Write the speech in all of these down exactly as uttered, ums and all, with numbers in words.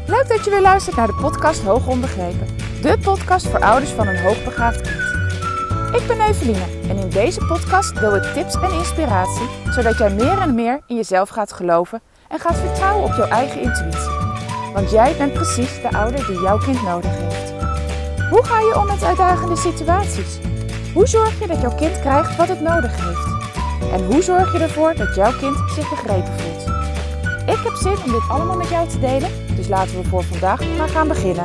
Leuk dat je weer luistert naar de podcast Hoog Onbegrepen. De podcast voor ouders van een hoogbegaafd kind. Ik ben Eveline en in deze podcast deel ik tips en inspiratie, zodat jij meer en meer in jezelf gaat geloven en gaat vertrouwen op jouw eigen intuïtie. Want jij bent precies de ouder die jouw kind nodig heeft. Hoe ga je om met uitdagende situaties? Hoe zorg je dat jouw kind krijgt wat het nodig heeft? En hoe zorg je ervoor dat jouw kind zich begrepen voelt? Ik heb zin om dit allemaal met jou te delen, dus laten we voor vandaag maar gaan beginnen.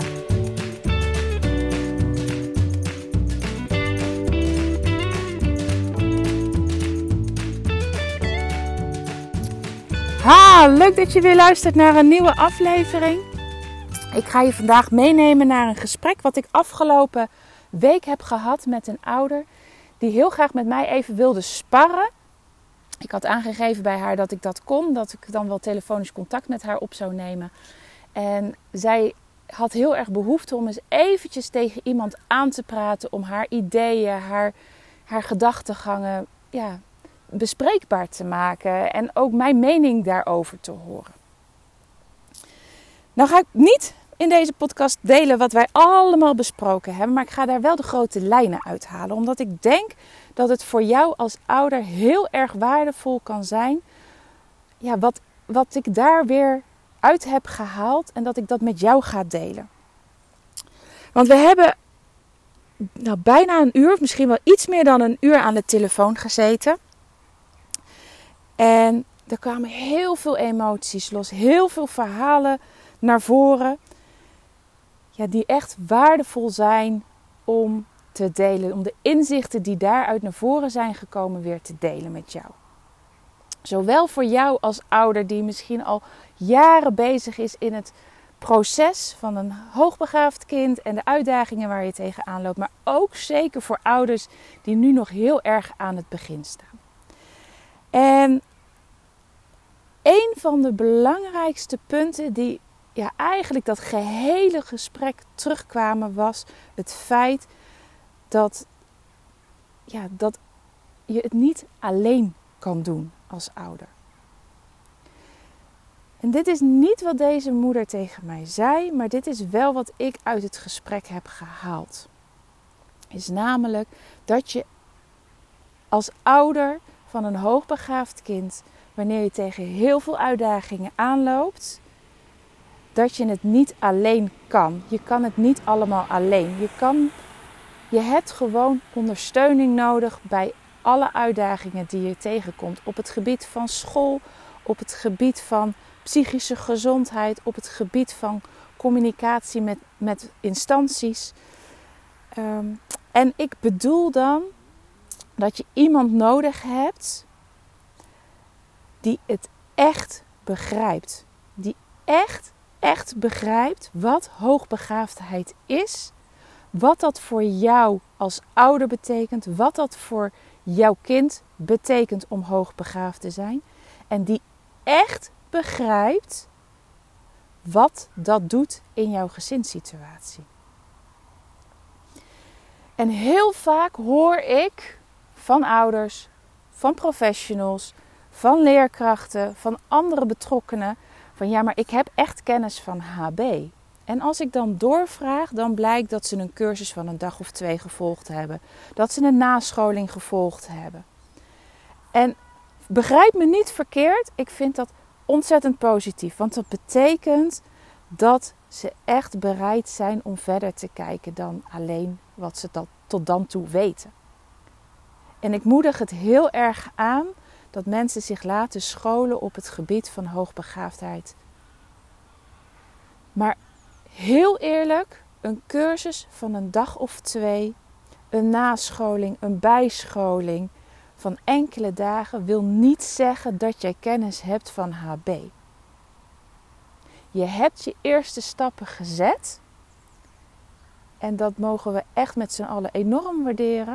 Ha, leuk dat je weer luistert naar een nieuwe aflevering. Ik ga je vandaag meenemen naar een gesprek wat ik afgelopen week heb gehad met een ouder die heel graag met mij even wilde sparren. Ik had aangegeven bij haar dat ik dat kon, dat ik dan wel telefonisch contact met haar op zou nemen. En zij had heel erg behoefte om eens eventjes tegen iemand aan te praten, om haar ideeën, haar, haar gedachtegangen ja, bespreekbaar te maken en ook mijn mening daarover te horen. Nou ga ik niet in deze podcast delen wat wij allemaal besproken hebben, maar ik ga daar wel de grote lijnen uithalen, omdat ik denk dat het voor jou als ouder heel erg waardevol kan zijn. Ja, wat, wat ik daar weer uit heb gehaald en dat ik dat met jou ga delen. Want we hebben nou, bijna een uur, misschien wel iets meer dan een uur aan de telefoon gezeten. En er kwamen heel veel emoties los, heel veel verhalen naar voren. Ja, die echt waardevol zijn om te delen, om de inzichten die daaruit naar voren zijn gekomen weer te delen met jou. Zowel voor jou als ouder die misschien al jaren bezig is in het proces van een hoogbegaafd kind en de uitdagingen waar je tegenaan loopt, maar ook zeker voor ouders die nu nog heel erg aan het begin staan. En een van de belangrijkste punten die ja, eigenlijk dat gehele gesprek terugkwamen was het feit dat, ja, dat je het niet alleen kan doen als ouder. En dit is niet wat deze moeder tegen mij zei, maar dit is wel wat ik uit het gesprek heb gehaald. Is namelijk dat je als ouder van een hoogbegaafd kind, wanneer je tegen heel veel uitdagingen aanloopt, dat je het niet alleen kan. Je kan het niet allemaal alleen. Je kan... Je hebt gewoon ondersteuning nodig bij alle uitdagingen die je tegenkomt. Op het gebied van school, op het gebied van psychische gezondheid, op het gebied van communicatie met, met instanties. Um, en ik bedoel dan dat je iemand nodig hebt die het echt begrijpt. Die echt, echt begrijpt wat hoogbegaafdheid is. Wat dat voor jou als ouder betekent. Wat dat voor jouw kind betekent om hoogbegaafd te zijn. En die echt begrijpt wat dat doet in jouw gezinssituatie. En heel vaak hoor ik van ouders, van professionals, van leerkrachten, van andere betrokkenen. Van ja, maar ik heb echt kennis van H B. En als ik dan doorvraag, dan blijkt dat ze een cursus van een dag of twee gevolgd hebben. Dat ze een nascholing gevolgd hebben. En begrijp me niet verkeerd, ik vind dat ontzettend positief. Want dat betekent dat ze echt bereid zijn om verder te kijken dan alleen wat ze dat tot dan toe weten. En ik moedig het heel erg aan dat mensen zich laten scholen op het gebied van hoogbegaafdheid. Maar heel eerlijk, een cursus van een dag of twee, een nascholing, een bijscholing van enkele dagen wil niet zeggen dat jij kennis hebt van H B. Je hebt je eerste stappen gezet en dat mogen we echt met z'n allen enorm waarderen.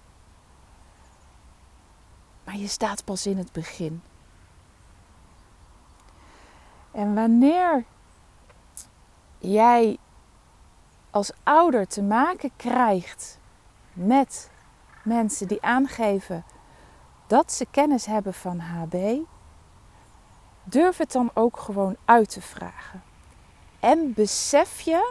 Maar je staat pas in het begin. En wanneer jij als ouder te maken krijgt met mensen die aangeven dat ze kennis hebben van H B, durf het dan ook gewoon uit te vragen. En besef je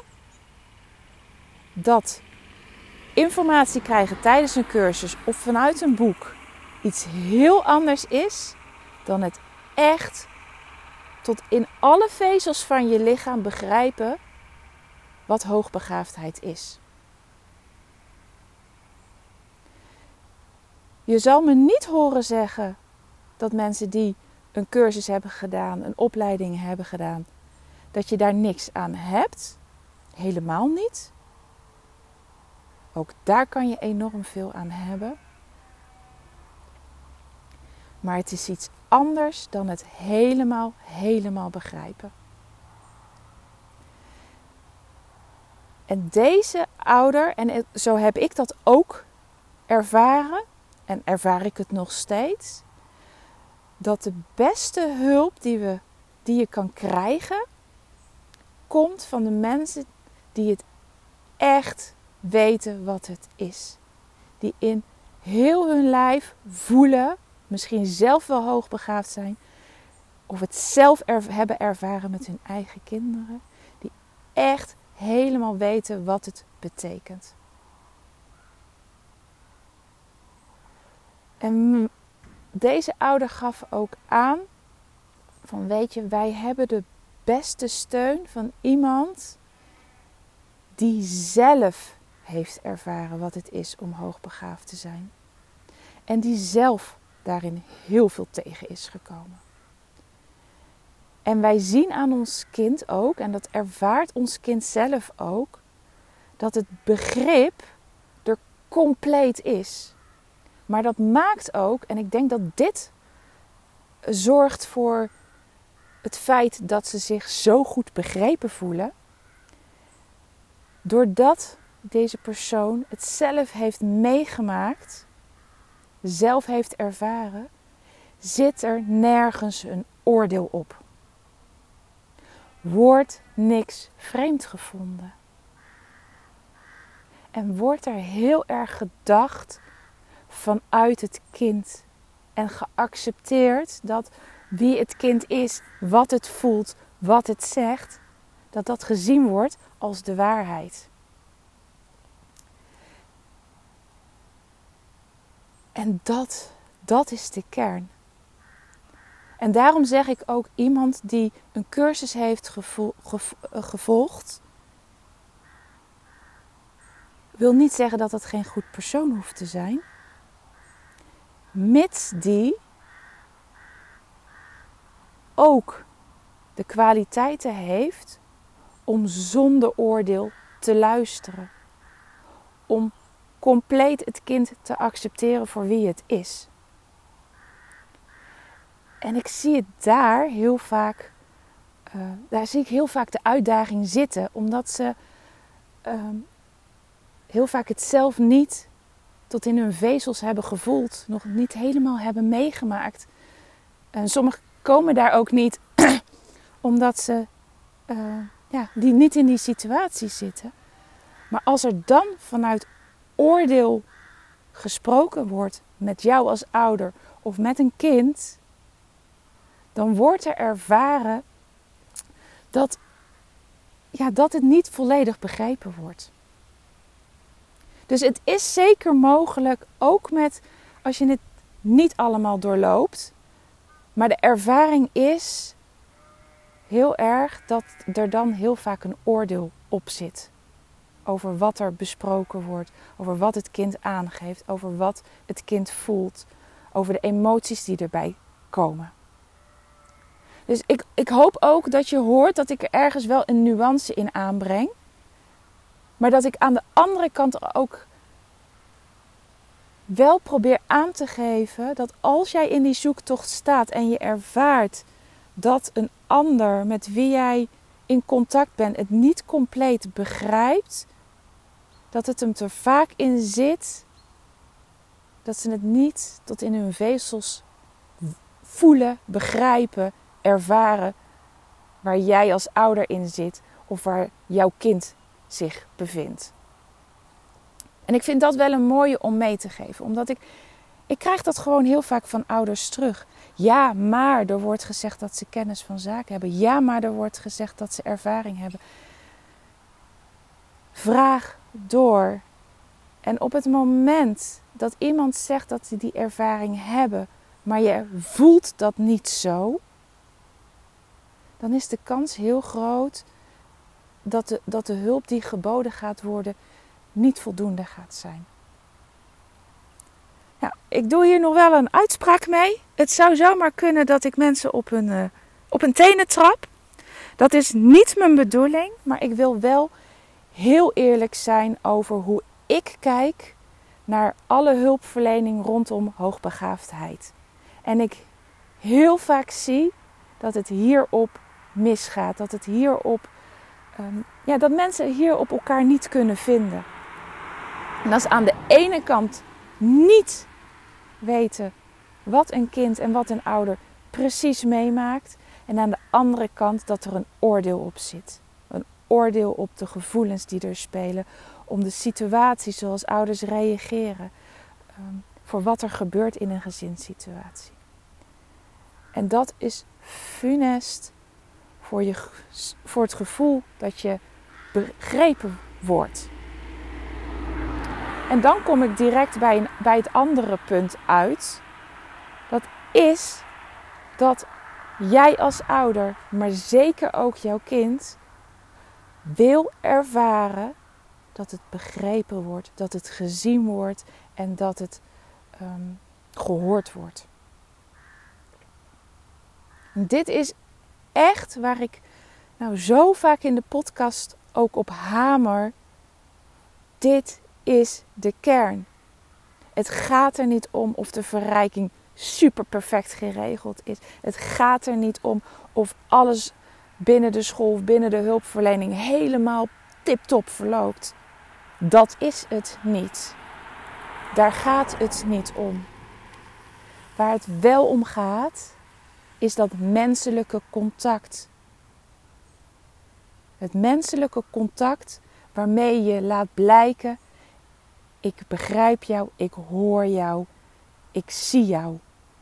dat informatie krijgen tijdens een cursus of vanuit een boek iets heel anders is dan het echt tot in alle vezels van je lichaam begrijpen wat hoogbegaafdheid is. Je zal me niet horen zeggen dat mensen die een cursus hebben gedaan, een opleiding hebben gedaan, dat je daar niks aan hebt. Helemaal niet. Ook daar kan je enorm veel aan hebben. Maar het is iets anders dan het helemaal, helemaal begrijpen. En deze ouder, en zo heb ik dat ook ervaren, en ervaar ik het nog steeds, dat de beste hulp die, we, die je kan krijgen, komt van de mensen die het echt weten wat het is. Die in heel hun lijf voelen, misschien zelf wel hoogbegaafd zijn, of het zelf er, hebben ervaren met hun eigen kinderen, die echt helemaal weten wat het betekent. En deze ouder gaf ook aan van, weet je, wij hebben de beste steun van iemand die zelf heeft ervaren wat het is om hoogbegaafd te zijn. En die zelf daarin heel veel tegen is gekomen. En wij zien aan ons kind ook, en dat ervaart ons kind zelf ook, dat het begrip er compleet is. Maar dat maakt ook, en ik denk dat dit zorgt voor het feit dat ze zich zo goed begrepen voelen. Doordat deze persoon het zelf heeft meegemaakt, zelf heeft ervaren, zit er nergens een oordeel op. Wordt niks vreemd gevonden. En wordt er heel erg gedacht vanuit het kind en geaccepteerd dat wie het kind is, wat het voelt, wat het zegt, dat dat gezien wordt als de waarheid. En dat, dat is de kern. En daarom zeg ik ook, iemand die een cursus heeft gevo- gevo- gevolgd, wil niet zeggen dat het geen goed persoon hoeft te zijn. Mits die ook de kwaliteiten heeft om zonder oordeel te luisteren. Om compleet het kind te accepteren voor wie het is. En ik zie het daar heel vaak, uh, daar zie ik heel vaak de uitdaging zitten. Omdat ze uh, heel vaak het zelf niet tot in hun vezels hebben gevoeld. Nog niet helemaal hebben meegemaakt. En sommigen komen daar ook niet omdat ze uh, ja, die niet in die situatie zitten. Maar als er dan vanuit oordeel gesproken wordt met jou als ouder of met een kind, dan wordt er ervaren dat, ja, dat het niet volledig begrepen wordt. Dus het is zeker mogelijk, ook met als je het niet allemaal doorloopt, maar de ervaring is heel erg dat er dan heel vaak een oordeel op zit. Over wat er besproken wordt, over wat het kind aangeeft, over wat het kind voelt, over de emoties die erbij komen. Dus ik, ik hoop ook dat je hoort dat ik er ergens wel een nuance in aanbreng. Maar dat ik aan de andere kant ook wel probeer aan te geven dat als jij in die zoektocht staat en je ervaart dat een ander met wie jij in contact bent het niet compleet begrijpt, dat het hem er vaak in zit dat ze het niet tot in hun vezels voelen, begrijpen, ervaren waar jij als ouder in zit of waar jouw kind zich bevindt. En ik vind dat wel een mooie om mee te geven, omdat ik Ik krijg dat gewoon heel vaak van ouders terug. Ja, maar er wordt gezegd dat ze kennis van zaken hebben. Ja, maar er wordt gezegd dat ze ervaring hebben. Vraag door. En op het moment dat iemand zegt dat ze die ervaring hebben, maar je voelt dat niet zo, dan is de kans heel groot dat de, dat de hulp die geboden gaat worden niet voldoende gaat zijn. Nou, ik doe hier nog wel een uitspraak mee. Het zou zomaar kunnen dat ik mensen op hun, uh, op hun tenen trap. Dat is niet mijn bedoeling, maar ik wil wel heel eerlijk zijn over hoe ik kijk naar alle hulpverlening rondom hoogbegaafdheid. En ik heel vaak zie dat het hierop misgaat. Dat het hierop, um, ja, dat mensen hierop elkaar niet kunnen vinden. En dat is aan de ene kant niet weten wat een kind en wat een ouder precies meemaakt. En aan de andere kant dat er een oordeel op zit. Een oordeel op de gevoelens die er spelen. Om de situaties zoals ouders reageren. Um, voor wat er gebeurt in een gezinssituatie. En dat is funest voor, je, voor het gevoel dat je begrepen wordt. En dan kom ik direct bij, een, bij het andere punt uit. Dat is dat jij als ouder, maar zeker ook jouw kind, wil ervaren dat het begrepen wordt, dat het gezien wordt en dat het um, gehoord wordt. Dit is echt waar ik nou zo vaak in de podcast ook op hamer. Dit is de kern. Het gaat er niet om of de verrijking super perfect geregeld is. Het gaat er niet om of alles binnen de school of binnen de hulpverlening helemaal tip-top verloopt. Dat is het niet. Daar gaat het niet om. Waar het wel om gaat, is dat menselijke contact. Het menselijke contact waarmee je laat blijken: ik begrijp jou, ik hoor jou, ik zie jou.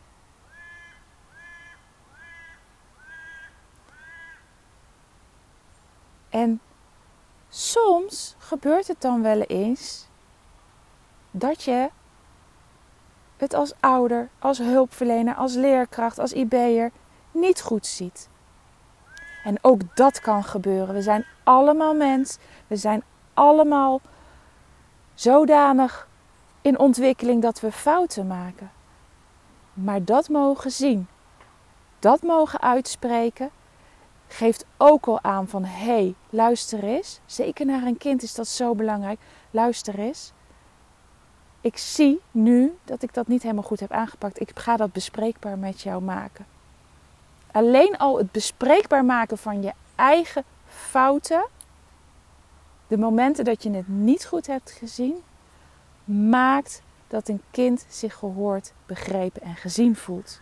En soms gebeurt het dan wel eens dat je het als ouder, als hulpverlener, als leerkracht, als I B'er niet goed ziet. En ook dat kan gebeuren. We zijn allemaal mens. We zijn allemaal zodanig in ontwikkeling dat we fouten maken. Maar dat mogen zien, dat mogen uitspreken, geeft ook al aan van: hé, hey, luister eens. Zeker naar een kind is dat zo belangrijk. Luister eens. Ik zie nu dat ik dat niet helemaal goed heb aangepakt. Ik ga dat bespreekbaar met jou maken. Alleen al het bespreekbaar maken van je eigen fouten, de momenten dat je het niet goed hebt gezien, maakt dat een kind zich gehoord, begrepen en gezien voelt.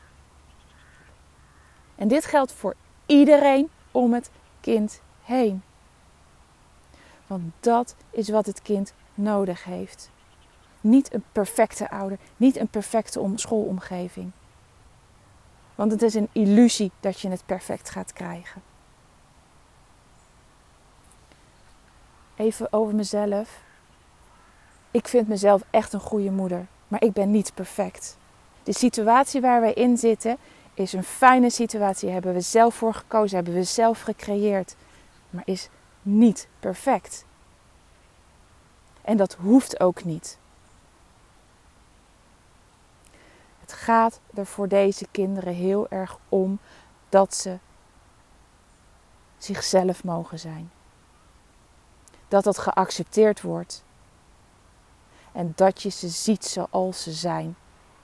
En dit geldt voor iedereen om het kind heen. Want dat is wat het kind nodig heeft. Niet een perfecte ouder, niet een perfecte schoolomgeving. Want het is een illusie dat je het perfect gaat krijgen. Even over mezelf. Ik vind mezelf echt een goede moeder, maar ik ben niet perfect. De situatie waar wij in zitten is een fijne situatie. Daar hebben we zelf voor gekozen, hebben we zelf gecreëerd. Maar is niet perfect. En dat hoeft ook niet. Het gaat er voor deze kinderen heel erg om dat ze zichzelf mogen zijn. Dat dat geaccepteerd wordt. En dat je ze ziet zoals ze zijn.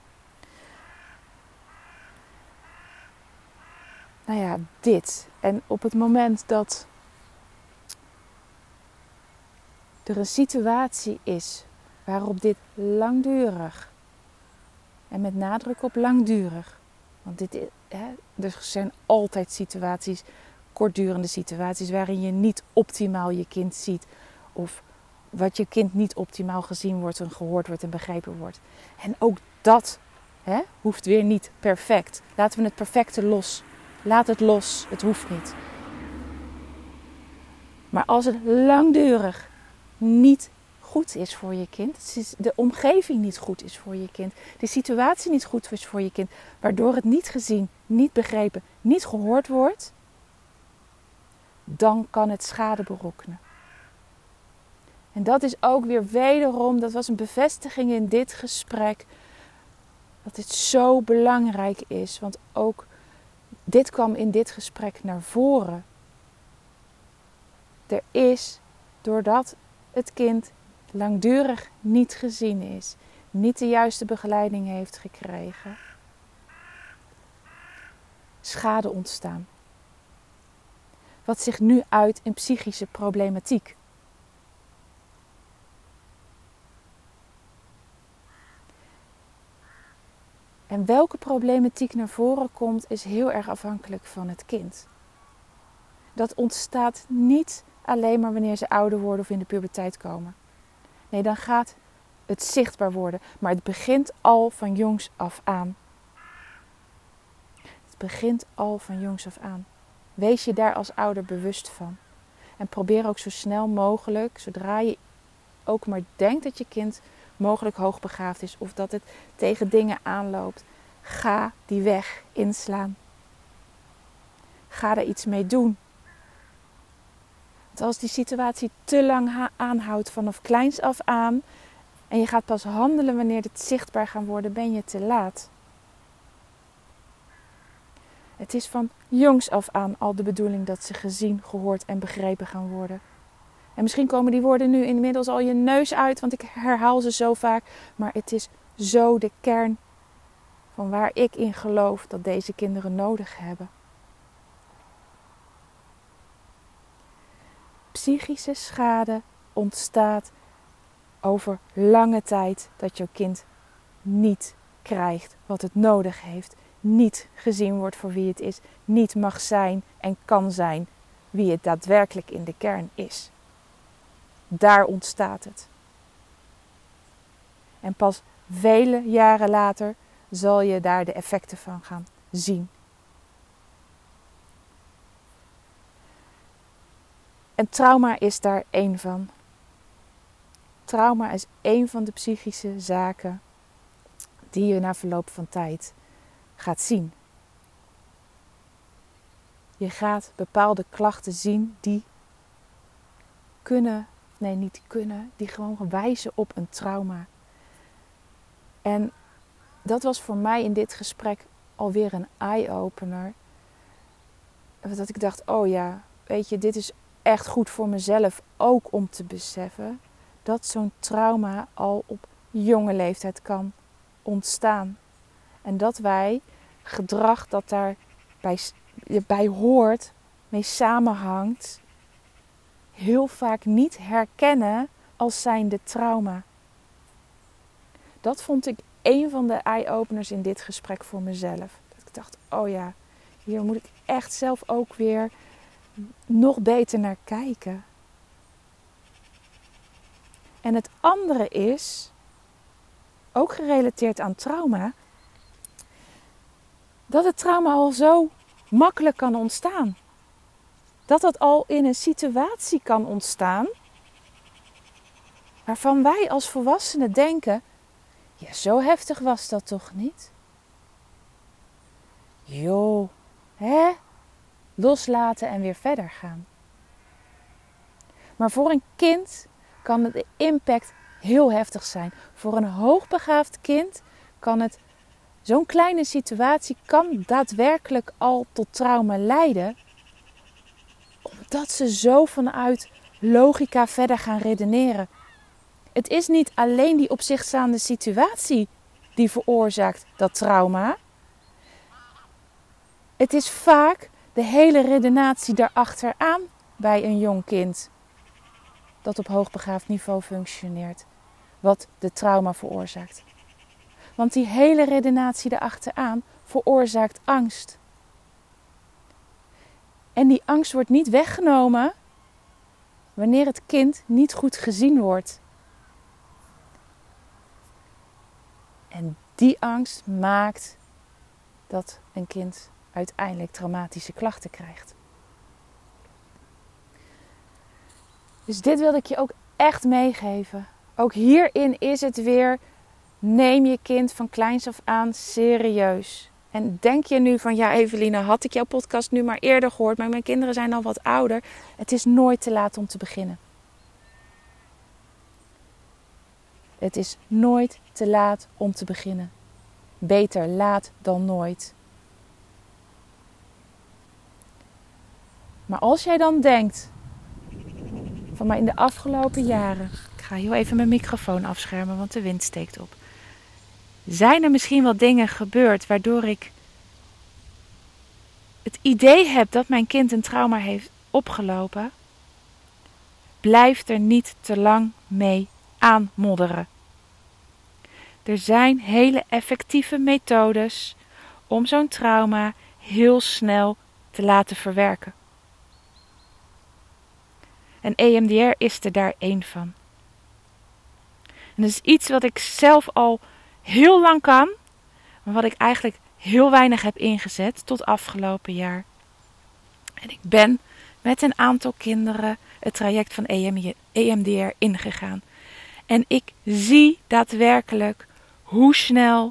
Nou ja, dit. En op het moment dat er een situatie is waarop dit langdurig, en met nadruk op langdurig, want dit, hè, er zijn altijd situaties, kortdurende situaties, waarin je niet optimaal je kind ziet, of wat je kind niet optimaal gezien wordt en gehoord wordt en begrepen wordt. En ook dat Hè? Hoeft weer niet perfect. Laten we het perfecte los. Laat het los. Het hoeft niet. Maar als het langdurig niet goed is voor je kind, de omgeving niet goed is voor je kind, de situatie niet goed is voor je kind, waardoor het niet gezien, niet begrepen, niet gehoord wordt, dan kan het schade berokkenen. En dat is ook weer wederom, dat was een bevestiging in dit gesprek, dat dit zo belangrijk is. Want ook dit kwam in dit gesprek naar voren. Er is, doordat het kind langdurig niet gezien is, niet de juiste begeleiding heeft gekregen, schade ontstaan. Wat zich nu uit in psychische problematiek. En welke problematiek naar voren komt, is heel erg afhankelijk van het kind. Dat ontstaat niet alleen maar wanneer ze ouder worden of in de puberteit komen. Nee, dan gaat het zichtbaar worden. Maar het begint al van jongs af aan. Het begint al van jongs af aan. Wees je daar als ouder bewust van. En probeer ook zo snel mogelijk, zodra je ook maar denkt dat je kind mogelijk hoogbegaafd is of dat het tegen dingen aanloopt, ga die weg inslaan. Ga er iets mee doen. Want als die situatie te lang aanhoudt vanaf kleins af aan en je gaat pas handelen wanneer het zichtbaar gaat worden, ben je te laat. Het is van jongs af aan al de bedoeling dat ze gezien, gehoord en begrepen gaan worden. En misschien komen die woorden nu inmiddels al je neus uit, want ik herhaal ze zo vaak. Maar het is zo de kern van waar ik in geloof dat deze kinderen nodig hebben. Psychische schade ontstaat over lange tijd dat jouw kind niet krijgt wat het nodig heeft. Niet gezien wordt voor wie het is. Niet mag zijn en kan zijn wie het daadwerkelijk in de kern is. Daar ontstaat het. En pas vele jaren later zal je daar de effecten van gaan zien. En trauma is daar één van. Trauma is één van de psychische zaken die je na verloop van tijd gaat zien. Je gaat bepaalde klachten zien die kunnen, nee niet die kunnen, die gewoon wijzen op een trauma. En dat was voor mij in dit gesprek alweer een eye-opener. Dat ik dacht, oh ja, weet je, dit is echt goed voor mezelf ook om te beseffen dat zo'n trauma al op jonge leeftijd kan ontstaan. En dat wij gedrag dat daarbij bij hoort, mee samenhangt, heel vaak niet herkennen als zijnde trauma. Dat vond ik een van de eye-openers in dit gesprek voor mezelf. Dat ik dacht, oh ja, hier moet ik echt zelf ook weer nog beter naar kijken. En het andere is, ook gerelateerd aan trauma, dat het trauma al zo makkelijk kan ontstaan. Dat het al in een situatie kan ontstaan waarvan wij als volwassenen denken, ja, zo heftig was dat toch niet? Joh, hè? Loslaten en weer verder gaan. Maar voor een kind kan het de impact heel heftig zijn. Voor een hoogbegaafd kind kan het, zo'n kleine situatie kan daadwerkelijk al tot trauma leiden. Omdat ze zo vanuit logica verder gaan redeneren. Het is niet alleen die op zich staande situatie die veroorzaakt dat trauma. Het is vaak de hele redenatie daarachteraan bij een jong kind dat op hoogbegaafd niveau functioneert, wat de trauma veroorzaakt. Want die hele redenatie daarachteraan veroorzaakt angst. En die angst wordt niet weggenomen wanneer het kind niet goed gezien wordt. En die angst maakt dat een kind uiteindelijk traumatische klachten krijgt. Dus dit wilde ik je ook echt meegeven. Ook hierin is het weer, neem je kind van kleins af aan serieus. En denk je nu van, ja Eveline, had ik jouw podcast nu maar eerder gehoord, maar mijn kinderen zijn al wat ouder. Het is nooit te laat om te beginnen. Het is nooit te laat om te beginnen. Beter laat dan nooit. Maar als jij dan denkt, van maar in de afgelopen jaren, ik ga heel even mijn microfoon afschermen, want de wind steekt op. Zijn er misschien wel dingen gebeurd waardoor ik het idee heb dat mijn kind een trauma heeft opgelopen? Blijf er niet te lang mee aanmodderen. Er zijn hele effectieve methodes om zo'n trauma heel snel te laten verwerken. En E M D R is er daar één van. En dat is iets wat ik zelf al heel lang kan, maar wat ik eigenlijk heel weinig heb ingezet tot afgelopen jaar. En ik ben met een aantal kinderen het traject van E M D R ingegaan. En ik zie daadwerkelijk hoe snel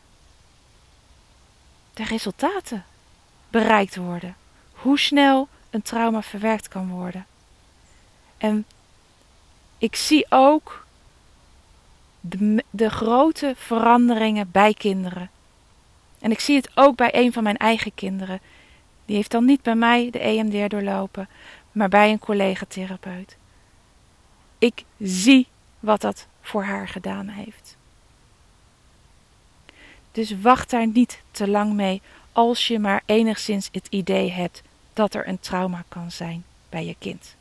de resultaten bereikt worden. Hoe snel een trauma verwerkt kan worden. En ik zie ook de, de grote veranderingen bij kinderen. En ik zie het ook bij een van mijn eigen kinderen. Die heeft dan niet bij mij de E M D R doorlopen, maar bij een collega-therapeut. Ik zie wat dat voor haar gedaan heeft. Dus wacht daar niet te lang mee als je maar enigszins het idee hebt dat er een trauma kan zijn bij je kind.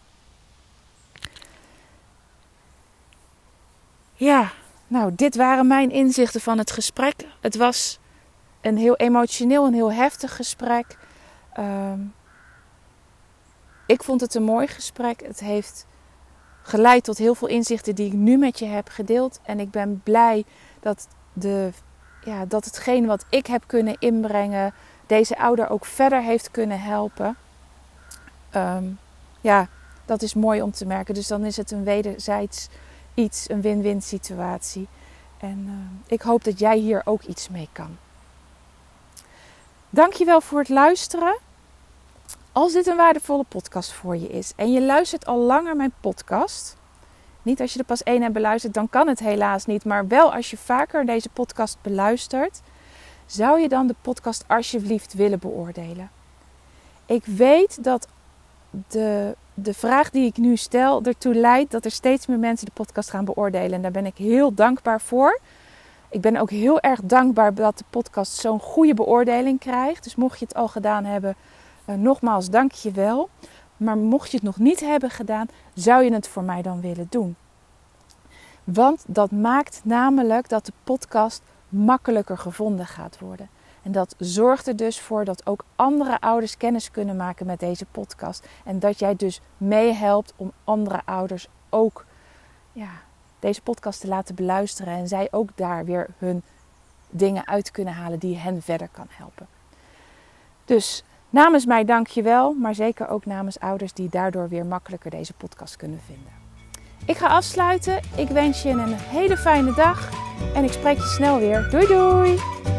Ja, nou, dit waren mijn inzichten van het gesprek. Het was een heel emotioneel en heel heftig gesprek. Um, ik vond het een mooi gesprek. Het heeft geleid tot heel veel inzichten die ik nu met je heb gedeeld. En ik ben blij dat, de, ja, dat hetgeen wat ik heb kunnen inbrengen deze ouder ook verder heeft kunnen helpen. Um, ja, dat is mooi om te merken. Dus dan is het een wederzijds iets, een win-win situatie. En uh, ik hoop dat jij hier ook iets mee kan. Dankjewel voor het luisteren. Als dit een waardevolle podcast voor je is en je luistert al langer mijn podcast, niet als je er pas één hebt beluisterd, dan kan het helaas niet, maar wel als je vaker deze podcast beluistert, zou je dan de podcast alsjeblieft willen beoordelen. Ik weet dat de, de vraag die ik nu stel ertoe leidt dat er steeds meer mensen de podcast gaan beoordelen. En daar ben ik heel dankbaar voor. Ik ben ook heel erg dankbaar dat de podcast zo'n goede beoordeling krijgt. Dus mocht je het al gedaan hebben, uh, nogmaals dank je wel. Maar mocht je het nog niet hebben gedaan, zou je het voor mij dan willen doen. Want dat maakt namelijk dat de podcast makkelijker gevonden gaat worden. En dat zorgt er dus voor dat ook andere ouders kennis kunnen maken met deze podcast. En dat jij dus meehelpt om andere ouders ook ja, deze podcast te laten beluisteren. En zij ook daar weer hun dingen uit kunnen halen die hen verder kan helpen. Dus namens mij dank je wel. Maar zeker ook namens ouders die daardoor weer makkelijker deze podcast kunnen vinden. Ik ga afsluiten. Ik wens je een hele fijne dag. En ik spreek je snel weer. Doei doei!